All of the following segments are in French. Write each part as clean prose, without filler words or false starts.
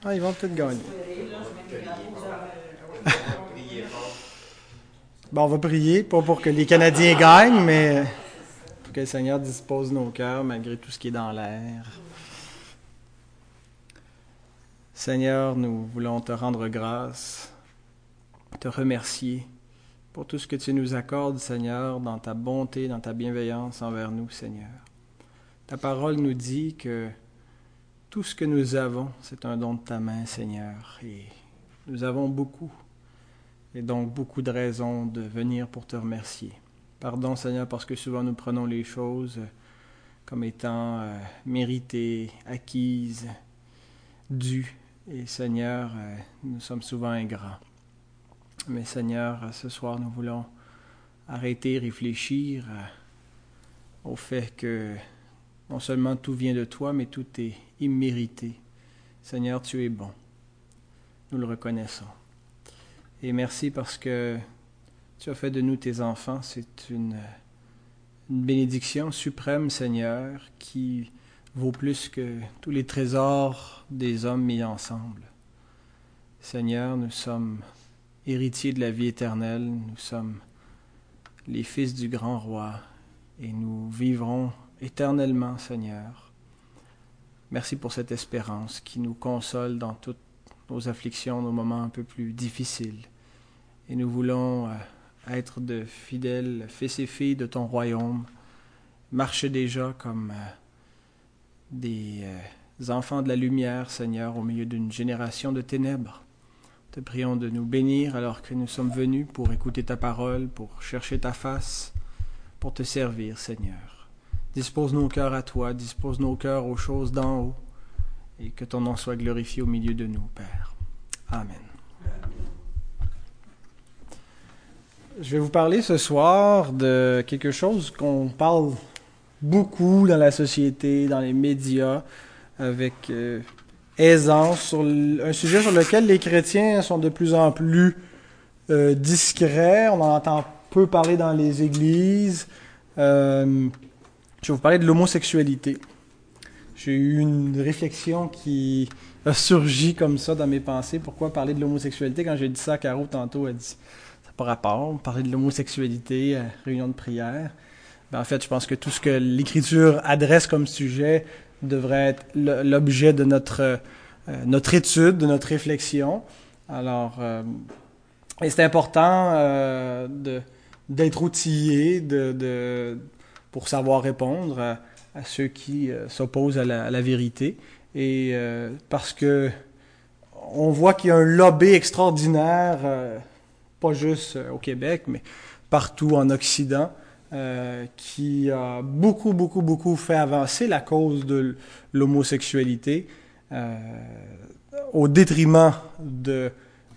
Ah, ils vont peut-être gagner. Bon, on va prier, pas pour que les Canadiens gagnent, mais pour que le Seigneur dispose nos cœurs malgré tout ce qui est dans l'air. Seigneur, nous voulons te rendre grâce, te remercier pour tout ce que tu nous accordes, Seigneur, dans ta bonté, dans ta bienveillance envers nous, Seigneur. Ta parole nous dit que tout ce que nous avons, c'est un don de ta main, Seigneur, et nous avons beaucoup, et donc beaucoup de raisons de venir pour te remercier. Pardon, Seigneur, parce que souvent nous prenons les choses comme étant méritées, acquises, dues, et Seigneur, nous sommes souvent ingrats. Mais Seigneur, ce soir, nous voulons arrêter, réfléchir au fait que non seulement tout vient de toi, mais tout est immérité. Seigneur, tu es bon. Nous le reconnaissons. Et merci parce que tu as fait de nous tes enfants. C'est une bénédiction suprême, Seigneur, qui vaut plus que tous les trésors des hommes mis ensemble. Seigneur, nous sommes héritiers de la vie éternelle, nous sommes les fils du grand roi et nous vivrons éternellement, Seigneur. Merci pour cette espérance qui nous console dans toutes nos afflictions, nos moments un peu plus difficiles. Et nous voulons être de fidèles fils et filles de ton royaume, marcher déjà comme des enfants de la lumière, Seigneur, au milieu d'une génération de ténèbres. Te prions de nous bénir alors que nous sommes venus pour écouter ta parole, pour chercher ta face, pour te servir, Seigneur. Dispose nos cœurs à toi, dispose nos cœurs aux choses d'en haut, et que ton nom soit glorifié au milieu de nous, Père. Amen. Je vais vous parler ce soir de quelque chose qu'on parle beaucoup dans la société, dans les médias, avec aisance, sur un sujet sur lequel les chrétiens sont de plus en plus discrets. On en entend peu parler dans les églises. Je vais vous parler de l'homosexualité. J'ai eu une réflexion qui a surgi comme ça dans mes pensées. Pourquoi parler de l'homosexualité? Quand j'ai dit ça à Caro tantôt, elle dit « ça n'a pas rapport, parler de l'homosexualité à réunion de prière ». En fait, je pense que tout ce que l'Écriture adresse comme sujet devrait être l'objet de notre étude, de notre réflexion. Alors, et c'est important d'être outillé pour savoir répondre à ceux qui s'opposent à la vérité. Et parce que on voit qu'il y a un lobby extraordinaire, pas juste au Québec, mais partout en Occident, qui a beaucoup fait avancer la cause de l'homosexualité au détriment de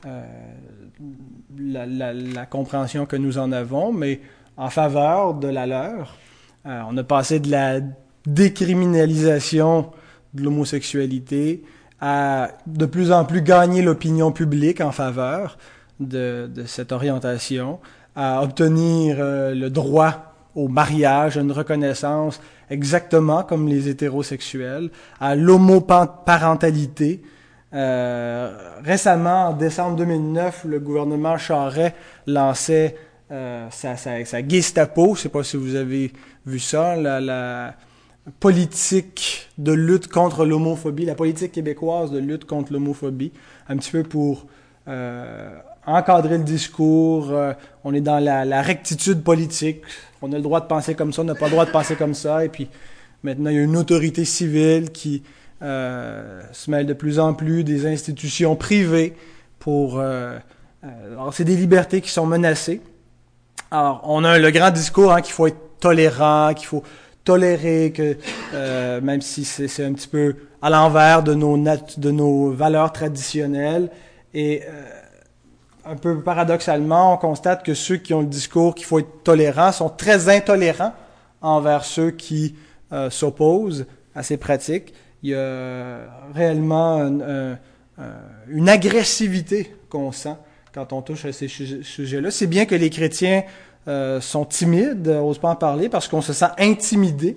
la compréhension que nous en avons, mais en faveur de la leur. On a passé de la décriminalisation de l'homosexualité à de plus en plus gagner l'opinion publique en faveur de cette orientation, à obtenir le droit au mariage, à une reconnaissance exactement comme les hétérosexuels, à l'homoparentalité. Récemment, en décembre 2009, le gouvernement Charest lançait sa Gestapo, je ne sais pas si vous avez vu ça, la politique de lutte contre l'homophobie, la politique québécoise de lutte contre l'homophobie, un petit peu pour encadrer le discours. On est dans la rectitude politique. On a le droit de penser comme ça, on n'a pas le droit de penser comme ça. Et puis maintenant, il y a une autorité civile qui se mêle de plus en plus des institutions privées pour... alors, c'est des libertés qui sont menacées. Alors, on a le grand discours qu'il faut être tolérant, qu'il faut tolérer, que même si c'est un petit peu à l'envers de nos valeurs traditionnelles. Et un peu paradoxalement, on constate que ceux qui ont le discours qu'il faut être tolérant sont très intolérants envers ceux qui s'opposent à ces pratiques. Il y a réellement une agressivité qu'on sent quand on touche à ces sujets-là. C'est bien que les chrétiens sont timides, n'osent pas en parler, parce qu'on se sent intimidé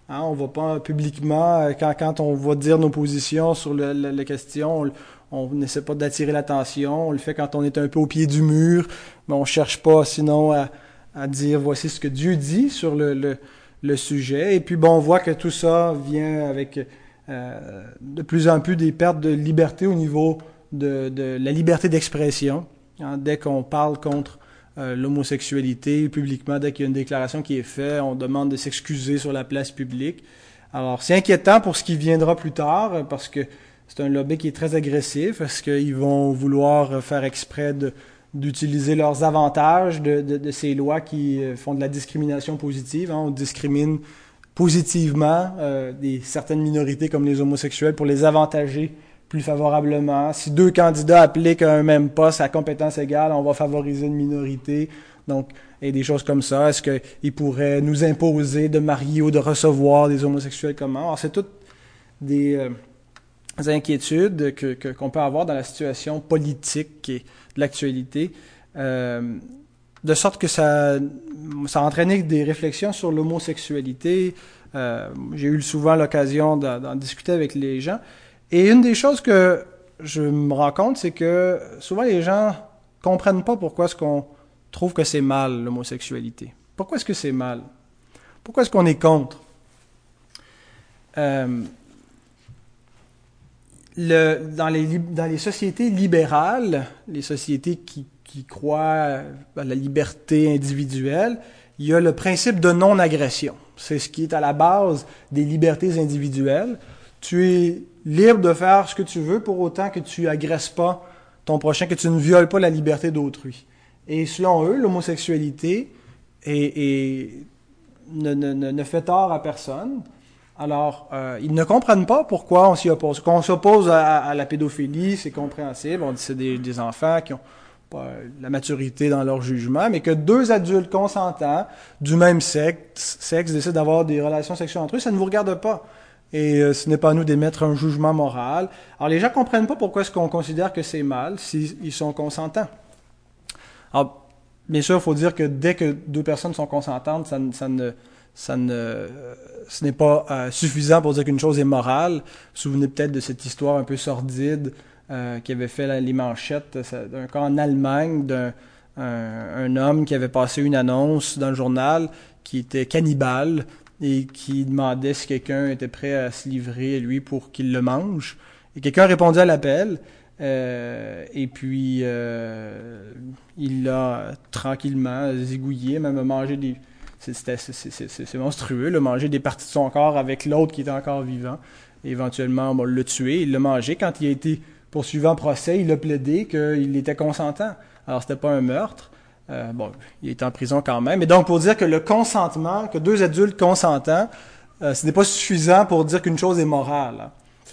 Hein, on va pas publiquement, quand on va dire nos positions sur la question, on n'essaie pas d'attirer l'attention. On le fait quand on est un peu au pied du mur, mais on cherche pas sinon à dire voici ce que Dieu dit sur le sujet. Et puis on voit que tout ça vient avec de plus en plus des pertes de liberté au niveau de la liberté d'expression. Hein, dès qu'on parle contre l'homosexualité publiquement, dès qu'il y a une déclaration qui est faite, on demande de s'excuser sur la place publique. Alors, c'est inquiétant pour ce qui viendra plus tard, parce que c'est un lobby qui est très agressif, parce qu'ils vont vouloir faire exprès d'utiliser leurs avantages de ces lois qui font de la discrimination positive. Hein. On discrimine positivement certaines minorités comme les homosexuels pour les avantager plus favorablement. Si 2 candidats appliquent à un même poste à compétence égale, on va favoriser une minorité. Donc, et des choses comme ça. Est-ce qu'ils pourraient nous imposer de marier ou de recevoir des homosexuels comment? Alors, c'est toutes des inquiétudes qu'on peut avoir dans la situation politique et de l'actualité, de sorte que ça a entraîné des réflexions sur l'homosexualité. J'ai eu souvent l'occasion d'en discuter avec les gens. Et une des choses que je me rends compte, c'est que souvent les gens comprennent pas pourquoi est-ce qu'on trouve que c'est mal, l'homosexualité. Pourquoi est-ce que c'est mal? Pourquoi est-ce qu'on est contre? Dans les sociétés libérales, les sociétés qui croient à la liberté individuelle, il y a le principe de non-agression. C'est ce qui est à la base des libertés individuelles. Tu es libre de faire ce que tu veux pour autant que tu agresses pas ton prochain, que tu ne violes pas la liberté d'autrui. Et selon eux, l'homosexualité ne fait tort à personne. Alors, ils ne comprennent pas pourquoi on s'y oppose. Qu'on s'oppose à la pédophilie, c'est compréhensible. On dit que c'est des enfants qui ont pas la maturité dans leur jugement, mais que 2 adultes consentants du même sexe décident d'avoir des relations sexuelles entre eux, ça ne vous regarde pas. Et ce n'est pas à nous d'émettre un jugement moral. Alors, les gens ne comprennent pas pourquoi est-ce qu'on considère que c'est mal s'ils sont consentants. Alors, bien sûr, il faut dire que dès que 2 personnes sont consentantes, ce n'est pas suffisant pour dire qu'une chose est morale. Vous vous souvenez peut-être de cette histoire un peu sordide qui avait fait les manchettes d'un cas en Allemagne d'un homme qui avait passé une annonce dans le journal qui était cannibale et qui demandait si quelqu'un était prêt à se livrer, lui, pour qu'il le mange. Et quelqu'un répondit à l'appel. Et puis, il l'a tranquillement zigouillé, même mangé des... C'est monstrueux, là, manger des parties de son corps avec l'autre qui était encore vivant. Et éventuellement, on l'a tué, il l'a mangé. Quand il a été poursuivi en procès, il a plaidé qu'il était consentant. Alors, c'était pas un meurtre. Il est en prison quand même. Et donc, pour dire que le consentement, que 2 adultes consentants, ce n'est pas suffisant pour dire qu'une chose est morale.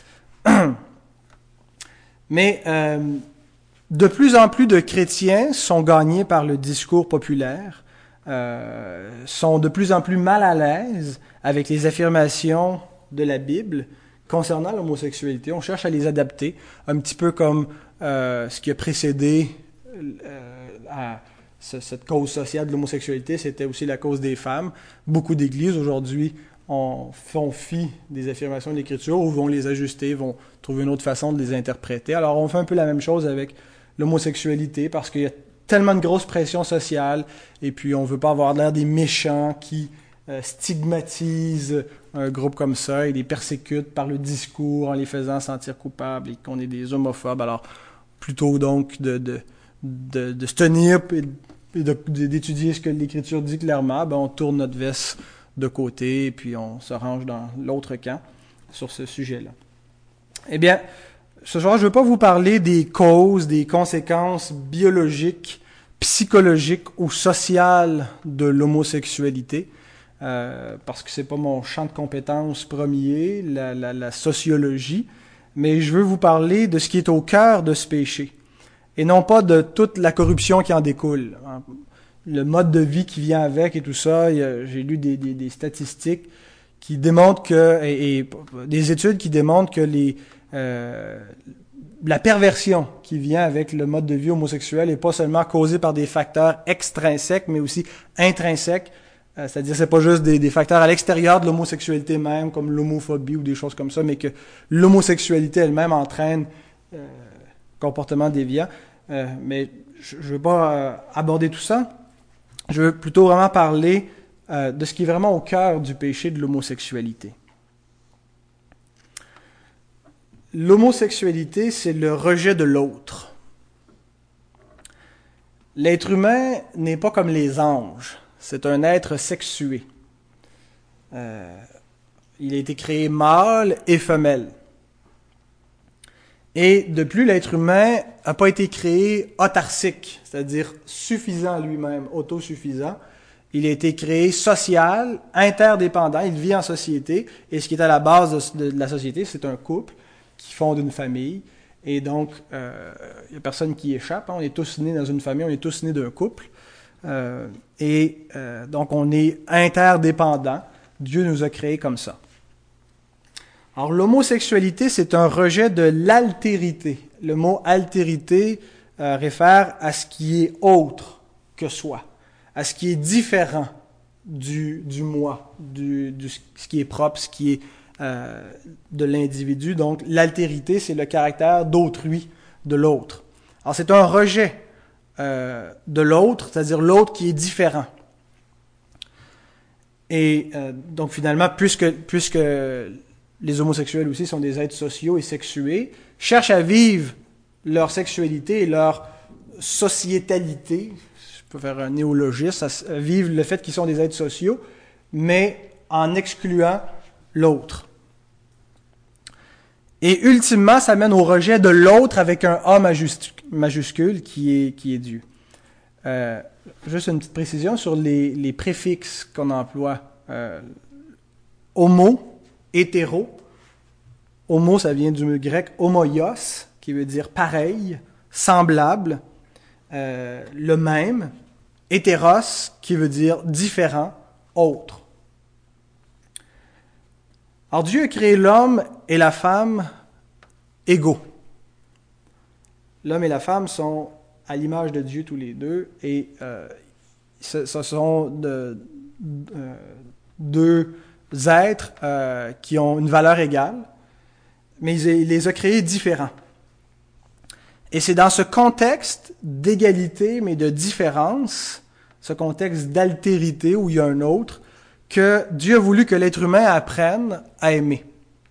Mais de plus en plus de chrétiens sont gagnés par le discours populaire, sont de plus en plus mal à l'aise avec les affirmations de la Bible concernant l'homosexualité. On cherche à les adapter, un petit peu comme ce qui a précédé à cette cause sociale de l'homosexualité, c'était aussi la cause des femmes. Beaucoup d'églises aujourd'hui font fi des affirmations de l'Écriture ou vont les ajuster, vont trouver une autre façon de les interpréter. Alors on fait un peu la même chose avec l'homosexualité parce qu'il y a tellement de grosses pressions sociales et puis on veut pas avoir l'air des méchants qui stigmatisent un groupe comme ça et les persécutent par le discours en les faisant sentir coupables et qu'on est des homophobes. Alors plutôt donc de se tenir et d'étudier ce que l'Écriture dit clairement, on tourne notre veste de côté et puis on se range dans l'autre camp sur ce sujet-là. Eh bien, ce soir, je ne veux pas vous parler des causes, des conséquences biologiques, psychologiques ou sociales de l'homosexualité, parce que c'est pas mon champ de compétences premier, la sociologie, mais je veux vous parler de ce qui est au cœur de ce péché, et non pas de toute la corruption qui en découle. Le mode de vie qui vient avec et tout ça, j'ai lu des statistiques qui démontrent et des études qui démontrent que la perversion qui vient avec le mode de vie homosexuel n'est pas seulement causée par des facteurs extrinsèques, mais aussi intrinsèques C'est-à-dire, c'est pas juste des facteurs à l'extérieur de l'homosexualité même, comme l'homophobie ou des choses comme ça, mais que l'homosexualité elle-même entraîne comportement déviant. Mais je ne veux pas aborder tout ça. Je veux plutôt vraiment parler de ce qui est vraiment au cœur du péché de l'homosexualité. L'homosexualité, c'est le rejet de l'autre. L'être humain n'est pas comme les anges. C'est un être sexué. Il a été créé mâle et femelle. Et de plus, l'être humain n'a pas été créé autarcique, c'est-à-dire suffisant lui-même, autosuffisant. Il a été créé social, interdépendant, il vit en société, et ce qui est à la base de la société, c'est un couple qui fonde une famille. Et donc, il n'y a personne qui échappe. On est tous nés dans une famille, on est tous nés d'un couple. Donc, on est interdépendants. Dieu nous a créés comme ça. Alors, l'homosexualité, c'est un rejet de l'altérité. Le mot altérité réfère à ce qui est autre que soi, à ce qui est différent du moi, ce qui est propre, ce qui est de l'individu. Donc, l'altérité, c'est le caractère d'autrui, de l'autre. Alors, c'est un rejet de l'autre, c'est-à-dire l'autre qui est différent. Et donc, finalement, puisque les homosexuels aussi sont des êtres sociaux et sexués, cherchent à vivre leur sexualité et leur sociétalité, je peux faire un néologisme, à vivre le fait qu'ils sont des êtres sociaux, mais en excluant l'autre. Et ultimement, ça mène au rejet de l'autre avec un A majuscule qui est Dieu. Juste une petite précision sur les préfixes qu'on emploie. Homo, hétéro. Homo, ça vient du grec homoios, qui veut dire pareil, semblable, le même. Hétéros, qui veut dire différent, autre. Alors Dieu a créé l'homme et la femme égaux. L'homme et la femme sont à l'image de Dieu tous les deux, et ce sont deux êtres qui ont une valeur égale, mais il les a créés différents. Et c'est dans ce contexte d'égalité, mais de différence, ce contexte d'altérité où il y a un autre, que Dieu a voulu que l'être humain apprenne à aimer.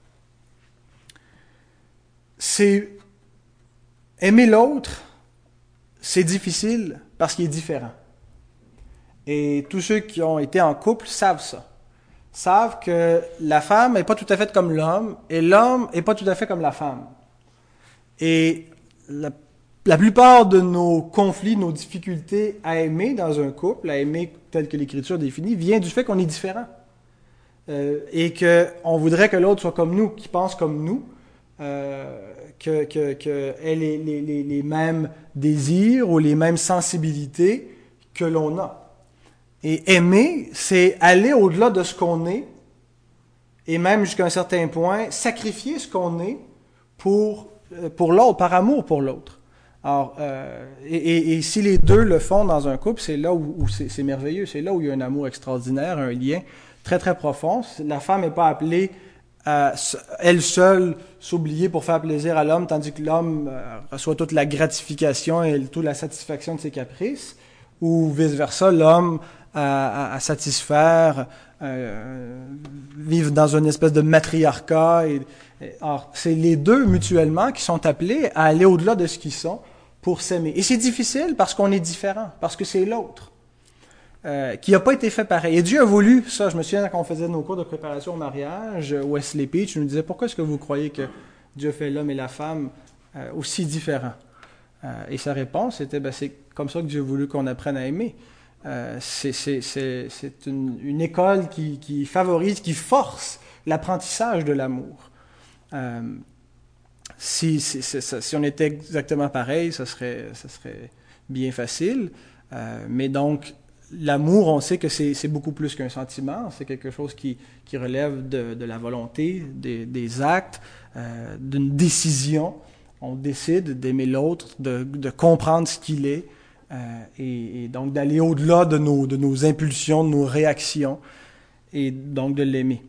Aimer l'autre, c'est difficile parce qu'il est différent. Et tous ceux qui ont été en couple savent ça. Savent que la femme n'est pas tout à fait comme l'homme et l'homme n'est pas tout à fait comme la femme. Et la plupart de nos conflits, nos difficultés à aimer dans un couple, à aimer tel que l'Écriture définit, vient du fait qu'on est différent. Et qu'on voudrait que l'autre soit comme nous, qu'il pense comme nous, qu'elle ait les mêmes désirs ou les mêmes sensibilités que l'on a. Et aimer, c'est aller au-delà de ce qu'on est, et même jusqu'à un certain point, sacrifier ce qu'on est pour l'autre, par amour pour l'autre. Alors, et si les deux le font dans un couple, c'est là où c'est merveilleux, c'est là où il y a un amour extraordinaire, un lien très très profond. La femme n'est pas appelée à elle seule s'oublier pour faire plaisir à l'homme, tandis que l'homme reçoit toute la gratification et toute la satisfaction de ses caprices, ou vice-versa, l'homme à satisfaire, vivre dans une espèce de matriarcat. Alors, c'est les deux mutuellement qui sont appelés à aller au-delà de ce qu'ils sont pour s'aimer. Et c'est difficile parce qu'on est différent, parce que c'est l'autre qui n'a pas été fait pareil. Et Dieu a voulu ça. Je me souviens quand on faisait nos cours de préparation au mariage, Wesley Peach nous disait « Pourquoi est-ce que vous croyez que Dieu fait l'homme et la femme aussi différents? » Et sa réponse était « C'est comme ça que Dieu a voulu qu'on apprenne à aimer. » C'est une école qui favorise, qui force l'apprentissage de l'amour. Si on était exactement pareil, ça serait bien facile. Mais donc, l'amour, on sait que c'est beaucoup plus qu'un sentiment. C'est quelque chose qui relève de la volonté, des actes, d'une décision. On décide d'aimer l'autre, de comprendre ce qu'il est, et donc d'aller au-delà de nos impulsions, de nos réactions, et donc de l'aimer.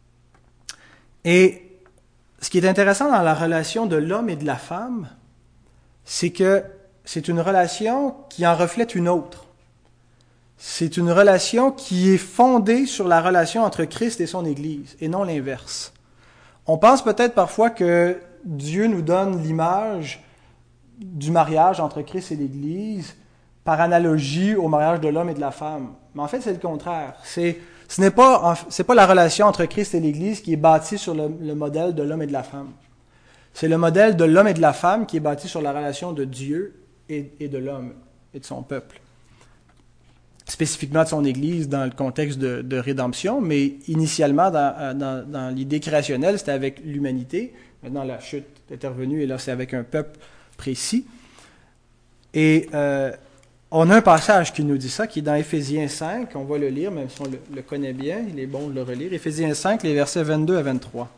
Et ce qui est intéressant dans la relation de l'homme et de la femme, c'est que c'est une relation qui en reflète une autre. C'est une relation qui est fondée sur la relation entre Christ et son Église, et non l'inverse. On pense peut-être parfois que Dieu nous donne l'image du mariage entre Christ et l'Église par analogie au mariage de l'homme et de la femme. Mais en fait, c'est le contraire. Ce n'est pas la relation entre Christ et l'Église qui est bâtie sur le modèle de l'homme et de la femme. C'est le modèle de l'homme et de la femme qui est bâti sur la relation de Dieu et de l'homme et de son peuple. Spécifiquement de son Église dans le contexte de rédemption, mais initialement dans l'idée créationnelle, c'était avec l'humanité. Maintenant, la chute est intervenue et là, c'est avec un peuple précis. Et on a un passage qui nous dit ça, qui est dans Éphésiens 5. On va le lire, même si on le connaît bien. Il est bon de le relire. Éphésiens 5, les versets 22 à 23.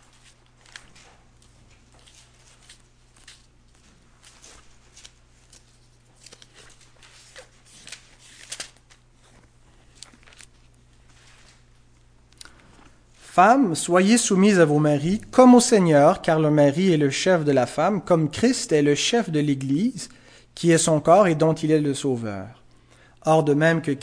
Femmes, soyez soumises à vos maris comme au Seigneur, car le mari est le chef de la femme, comme Christ est le chef de l'Église, qui est son corps et dont il est le sauveur. Or, de même que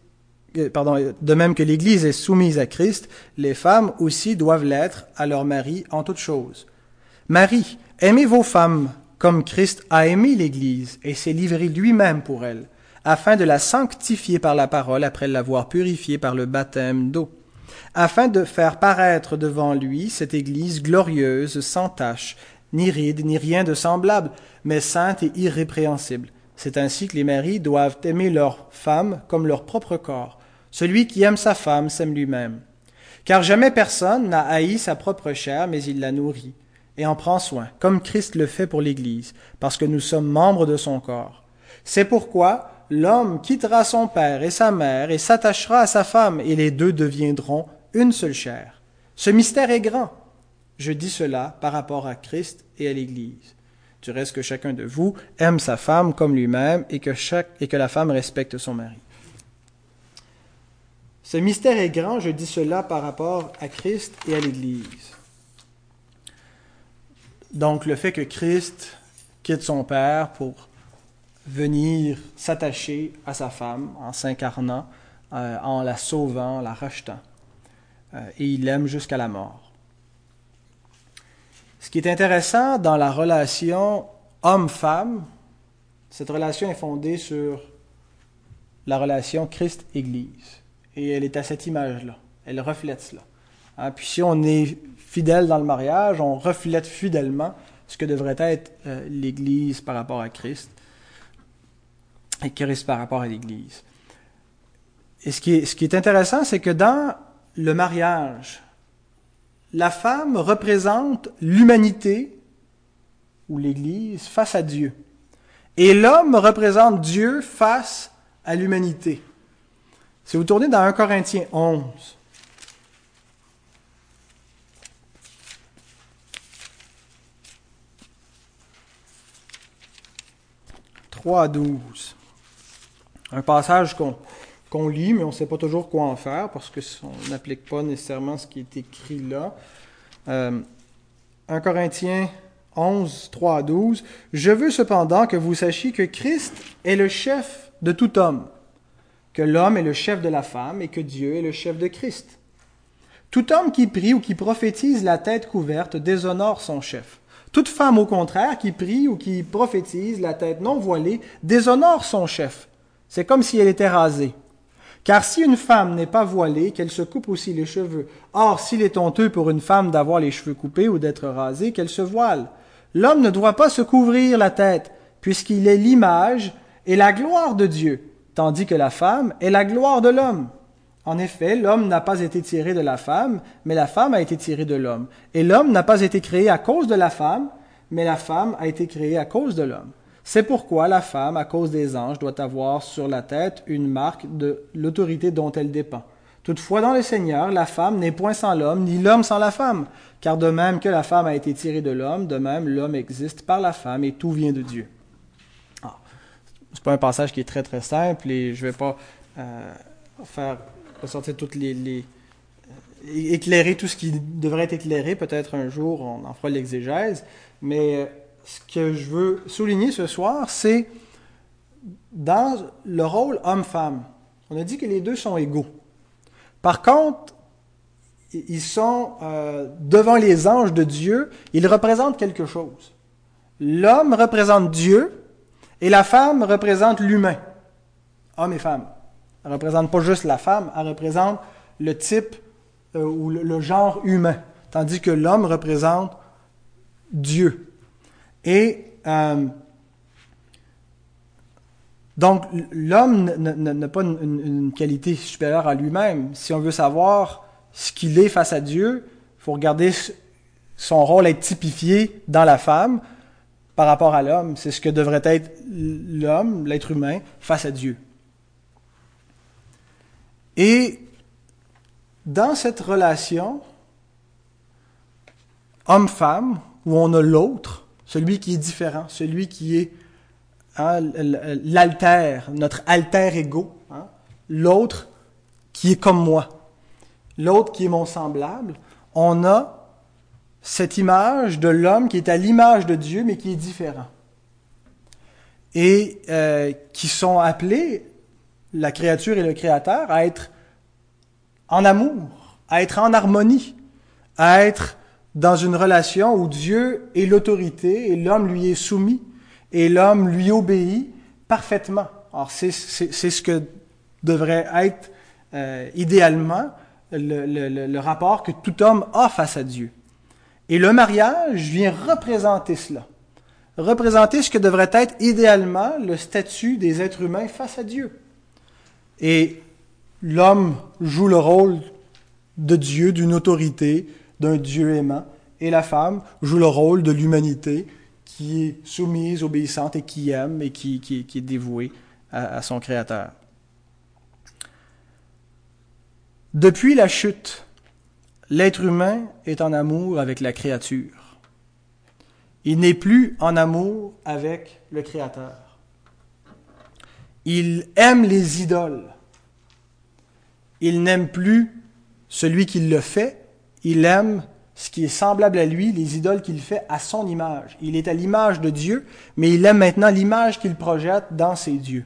l'Église est soumise à Christ, les femmes aussi doivent l'être à leur mari en toutes choses. Maris, aimez vos femmes comme Christ a aimé l'Église et s'est livré lui-même pour elle, afin de la sanctifier par la parole après l'avoir purifiée par le baptême d'eau, afin de faire paraître devant lui cette Église glorieuse, sans tache, ni ride, ni rien de semblable, mais sainte et irrépréhensible. C'est ainsi que les maris doivent aimer leur femme comme leur propre corps. Celui qui aime sa femme s'aime lui-même. Car jamais personne n'a haï sa propre chair, mais il la nourrit, et en prend soin, comme Christ le fait pour l'Église, parce que nous sommes membres de son corps. C'est pourquoi l'homme quittera son père et sa mère et s'attachera à sa femme, et les deux deviendront une seule chair. Ce mystère est grand. Je dis cela par rapport à Christ et à l'Église. Du reste, que chacun de vous aime sa femme comme lui-même et que la femme respecte son mari. Ce mystère est grand, je dis cela par rapport à Christ et à l'Église. Donc, le fait que Christ quitte son Père pour venir s'attacher à sa femme en s'incarnant, en la sauvant, en la rachetant. Et il l'aime jusqu'à la mort. Ce qui est intéressant dans la relation homme-femme, cette relation est fondée sur la relation Christ-Église. Et elle est à cette image-là. Elle reflète cela. Puis si on est fidèle dans le mariage, on reflète fidèlement ce que devrait être l'Église par rapport à Christ et Christ par rapport à l'Église. Et ce qui est intéressant, c'est que dans le mariage, la femme représente l'humanité ou l'Église face à Dieu. Et l'homme représente Dieu face à l'humanité. Si vous tournez dans 1 Corinthiens 11, « 3 à 12 », un passage qu'on lit, mais on ne sait pas toujours quoi en faire, parce qu'on n'applique pas nécessairement ce qui est écrit là. 1 Corinthiens 11, 3 à 12. « Je veux cependant que vous sachiez que Christ est le chef de tout homme, que l'homme est le chef de la femme et que Dieu est le chef de Christ. Tout homme qui prie ou qui prophétise la tête couverte déshonore son chef. Toute femme, au contraire, qui prie ou qui prophétise la tête non voilée déshonore son chef. C'est comme si elle était rasée. Car si une femme n'est pas voilée, qu'elle se coupe aussi les cheveux. Or, s'il est honteux pour une femme d'avoir les cheveux coupés ou d'être rasée, qu'elle se voile. L'homme ne doit pas se couvrir la tête, puisqu'il est l'image et la gloire de Dieu, tandis que la femme est la gloire de l'homme. En effet, l'homme n'a pas été tiré de la femme, mais la femme a été tirée de l'homme. Et l'homme n'a pas été créé à cause de la femme, mais la femme a été créée à cause de l'homme. C'est pourquoi la femme, à cause des anges, doit avoir sur la tête une marque de l'autorité dont elle dépend. Toutefois, dans le Seigneur, la femme n'est point sans l'homme, ni l'homme sans la femme. Car de même que la femme a été tirée de l'homme, de même l'homme existe par la femme, et tout vient de Dieu. c'est pas un passage qui est très très simple et je vais pas ressortir toutes éclairer tout ce qui devrait être éclairé. Peut-être un jour on en fera l'exégèse. Mais ce que je veux souligner ce soir, c'est dans le rôle homme-femme. On a dit que les deux sont égaux. Par contre, ils sont devant les anges de Dieu, ils représentent quelque chose. L'homme représente Dieu et la femme représente l'humain. Homme et femme. Elle ne représente pas juste la femme, elle représente le type ou le genre humain. Tandis que l'homme représente Dieu. Et donc, l'homme n'a pas une qualité supérieure à lui-même. Si on veut savoir ce qu'il est face à Dieu, il faut regarder son rôle être typifié dans la femme par rapport à l'homme. C'est ce que devrait être l'homme, l'être humain, face à Dieu. Et dans cette relation homme-femme, où on a l'autre, celui qui est différent, celui qui est l'alter, notre alter ego, l'autre qui est comme moi, l'autre qui est mon semblable, on a cette image de l'homme qui est à l'image de Dieu, mais qui est différent. Et qui sont appelés, la créature et le créateur, à être en amour, à être en harmonie, à être dans une relation où Dieu est l'autorité et l'homme lui est soumis et l'homme lui obéit parfaitement. Alors c'est ce que devrait être idéalement le rapport que tout homme a face à Dieu. Et le mariage vient représenter cela, représenter ce que devrait être idéalement le statut des êtres humains face à Dieu. Et l'homme joue le rôle de Dieu, d'une autorité, d'un Dieu aimant, et la femme joue le rôle de l'humanité qui est soumise, obéissante et qui aime et qui est dévouée à son Créateur. Depuis la chute, l'être humain est en amour avec la créature. Il n'est plus en amour avec le Créateur. Il aime les idoles. Il n'aime plus celui qui le fait. Il aime ce qui est semblable à lui, les idoles qu'il fait à son image. Il est à l'image de Dieu, mais il aime maintenant l'image qu'il projette dans ses dieux.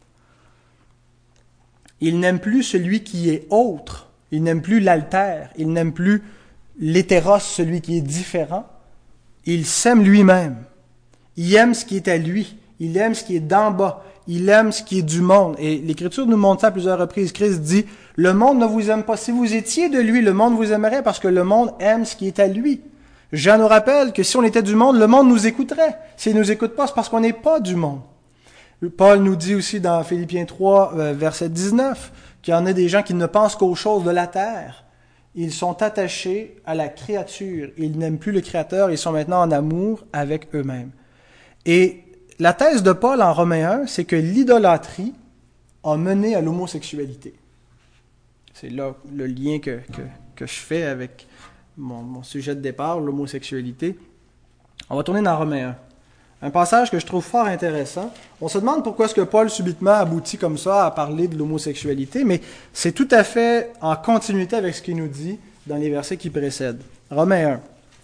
Il n'aime plus celui qui est autre. Il n'aime plus l'alter. Il n'aime plus l'hétéros, celui qui est différent. Il s'aime lui-même. Il aime ce qui est à lui. Il aime ce qui est d'en bas. Il aime ce qui est du monde. Et l'Écriture nous montre ça à plusieurs reprises. Christ dit, le monde ne vous aime pas. Si vous étiez de lui, le monde vous aimerait parce que le monde aime ce qui est à lui. Jean nous rappelle que si on était du monde, le monde nous écouterait. S'il ne nous écoute pas, c'est parce qu'on n'est pas du monde. Paul nous dit aussi dans Philippiens 3, verset 19, qu'il y en a des gens qui ne pensent qu'aux choses de la terre. Ils sont attachés à la créature. Ils n'aiment plus le Créateur. Ils sont maintenant en amour avec eux-mêmes. Et la thèse de Paul en Romains 1, c'est que l'idolâtrie a mené à l'homosexualité. C'est là le lien que je fais avec mon sujet de départ, l'homosexualité. On va tourner dans Romains 1. Un passage que je trouve fort intéressant. On se demande pourquoi est-ce que Paul subitement aboutit comme ça à parler de l'homosexualité, mais c'est tout à fait en continuité avec ce qu'il nous dit dans les versets qui précèdent. Romains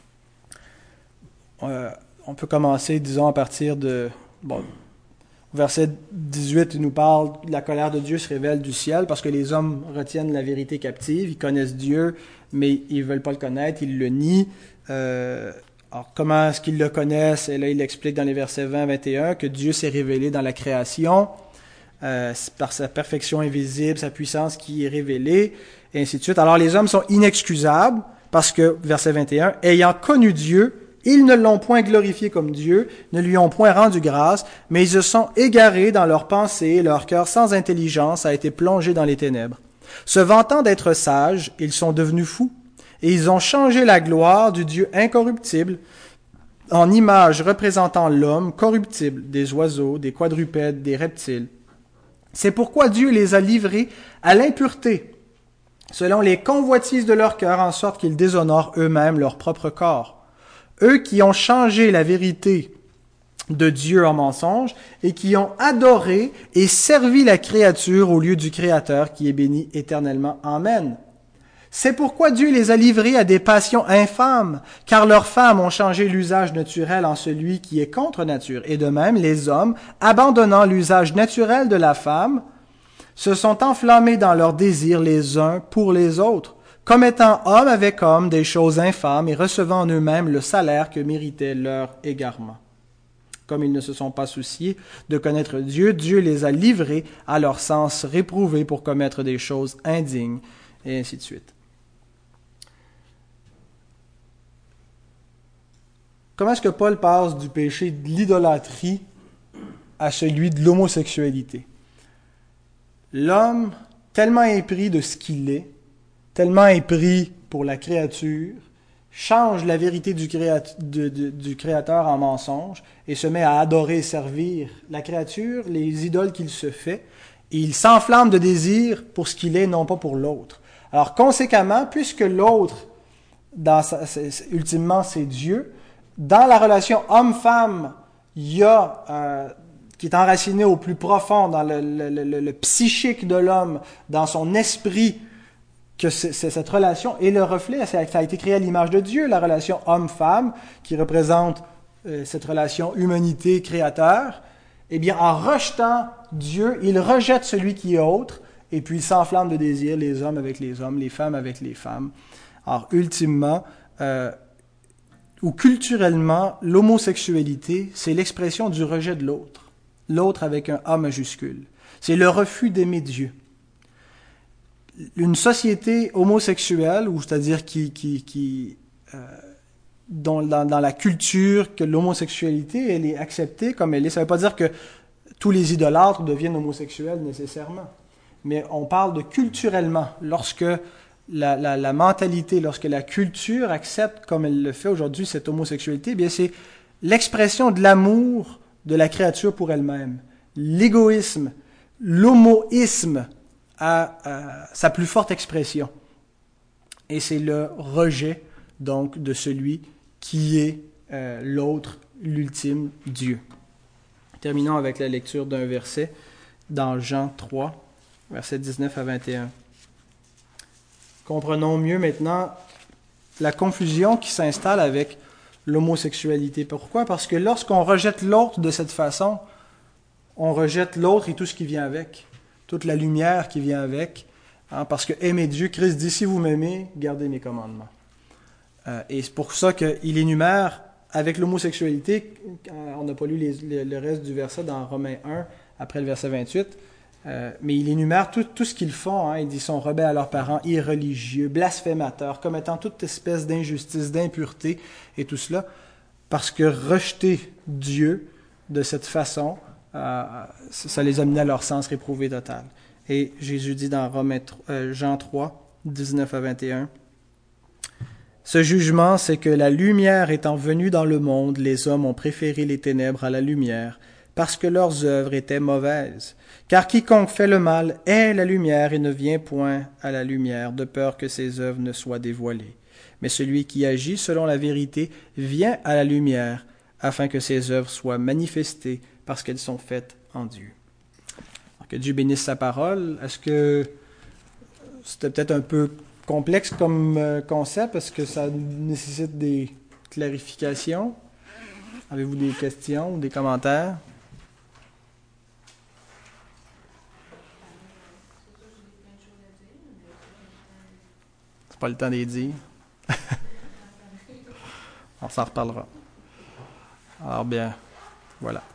1. On peut commencer, disons, à partir de... Bon, verset 18, il nous parle « La colère de Dieu se révèle du ciel parce que les hommes retiennent la vérité captive. Ils connaissent Dieu, mais ils ne veulent pas le connaître. Ils le nient. Alors, comment est-ce qu'ils le connaissent? » Et là, il explique dans les versets 20-21 que Dieu s'est révélé dans la création par sa perfection invisible, sa puissance qui est révélée, et ainsi de suite. Alors, les hommes sont inexcusables parce que, verset 21, « Ayant connu Dieu, ils ne l'ont point glorifié comme Dieu, ne lui ont point rendu grâce, mais ils se sont égarés dans leurs pensées, leur cœur sans intelligence a été plongé dans les ténèbres. Se vantant d'être sages, ils sont devenus fous, et ils ont changé la gloire du Dieu incorruptible en image représentant l'homme corruptible, des oiseaux, des quadrupèdes, des reptiles. C'est pourquoi Dieu les a livrés à l'impureté, selon les convoitises de leur cœur, en sorte qu'ils déshonorent eux-mêmes leur propre corps. Eux qui ont changé la vérité de Dieu en mensonge et qui ont adoré et servi la créature au lieu du Créateur qui est béni éternellement. Amen. C'est pourquoi Dieu les a livrés à des passions infâmes, car leurs femmes ont changé l'usage naturel en celui qui est contre nature. Et de même, les hommes, abandonnant l'usage naturel de la femme, se sont enflammés dans leurs désirs les uns pour les autres, commettant homme avec homme des choses infâmes et recevant en eux-mêmes le salaire que méritait leur égarement. Comme ils ne se sont pas souciés de connaître Dieu, Dieu les a livrés à leur sens réprouvé pour commettre des choses indignes, et ainsi de suite. Comment est-ce que Paul passe du péché de l'idolâtrie à celui de l'homosexualité? L'homme, tellement épris de ce qu'il est, tellement épris pour la créature, change la vérité du Créateur en mensonge et se met à adorer et servir la créature, les idoles qu'il se fait, et il s'enflamme de désir pour ce qu'il est, non pas pour l'autre. Alors, conséquemment, puisque l'autre, ultimement, c'est Dieu, dans la relation homme-femme, il y a, qui est enraciné au plus profond dans le psychique de l'homme, dans son esprit, que cette relation est le reflet, ça a été créé à l'image de Dieu, la relation homme-femme, qui représente cette relation humanité-créateur. Eh bien, en rejetant Dieu, il rejette celui qui est autre, et puis il s'enflamme de désir, les hommes avec les hommes, les femmes avec les femmes. Alors, ultimement, ou culturellement, l'homosexualité, c'est l'expression du rejet de l'autre. L'autre avec un A majuscule. C'est le refus d'aimer Dieu. Une société homosexuelle, ou c'est-à-dire dans la culture que l'homosexualité, elle est acceptée comme elle est. Ça ne veut pas dire que tous les idolâtres deviennent homosexuels nécessairement. Mais on parle de culturellement, lorsque la mentalité, lorsque la culture accepte, comme elle le fait aujourd'hui, cette homosexualité, eh bien c'est l'expression de l'amour de la créature pour elle-même. L'égoïsme, l'homoïsme a sa plus forte expression. Et c'est le rejet, donc, de celui qui est l'autre, l'ultime Dieu. Terminons avec la lecture d'un verset dans Jean 3, versets 19 à 21. Comprenons mieux maintenant la confusion qui s'installe avec l'homosexualité. Pourquoi? Parce que lorsqu'on rejette l'autre de cette façon, on rejette l'autre et tout ce qui vient avec, toute la lumière qui vient avec, hein, parce que aimer Dieu, Christ dit, si vous m'aimez, gardez mes commandements. Et c'est pour ça qu'il énumère, avec l'homosexualité, on n'a pas lu le reste du verset dans Romains 1, après le verset 28, mais il énumère tout ce qu'ils font. Hein. Il dit qu'ils sont rebelles à leurs parents, irreligieux, blasphémateurs, commettant toute espèce d'injustice, d'impureté et tout cela, parce que rejeter Dieu de cette façon, ça les a menés à leur sens réprouvé total. Et Jésus dit dans Jean 3, 19 à 21, « Ce jugement, c'est que la lumière étant venue dans le monde, les hommes ont préféré les ténèbres à la lumière, parce que leurs œuvres étaient mauvaises. Car quiconque fait le mal est la lumière et ne vient point à la lumière, de peur que ses œuvres ne soient dévoilées. Mais celui qui agit selon la vérité vient à la lumière, afin que ses œuvres soient manifestées, parce qu'elles sont faites en Dieu. » Alors que Dieu bénisse sa parole. Est-ce que c'était peut-être un peu complexe comme concept? Est-ce que ça nécessite des clarifications? Avez-vous des questions ou des commentaires? C'est pas le temps de les dire. On s'en reparlera. Alors bien, voilà.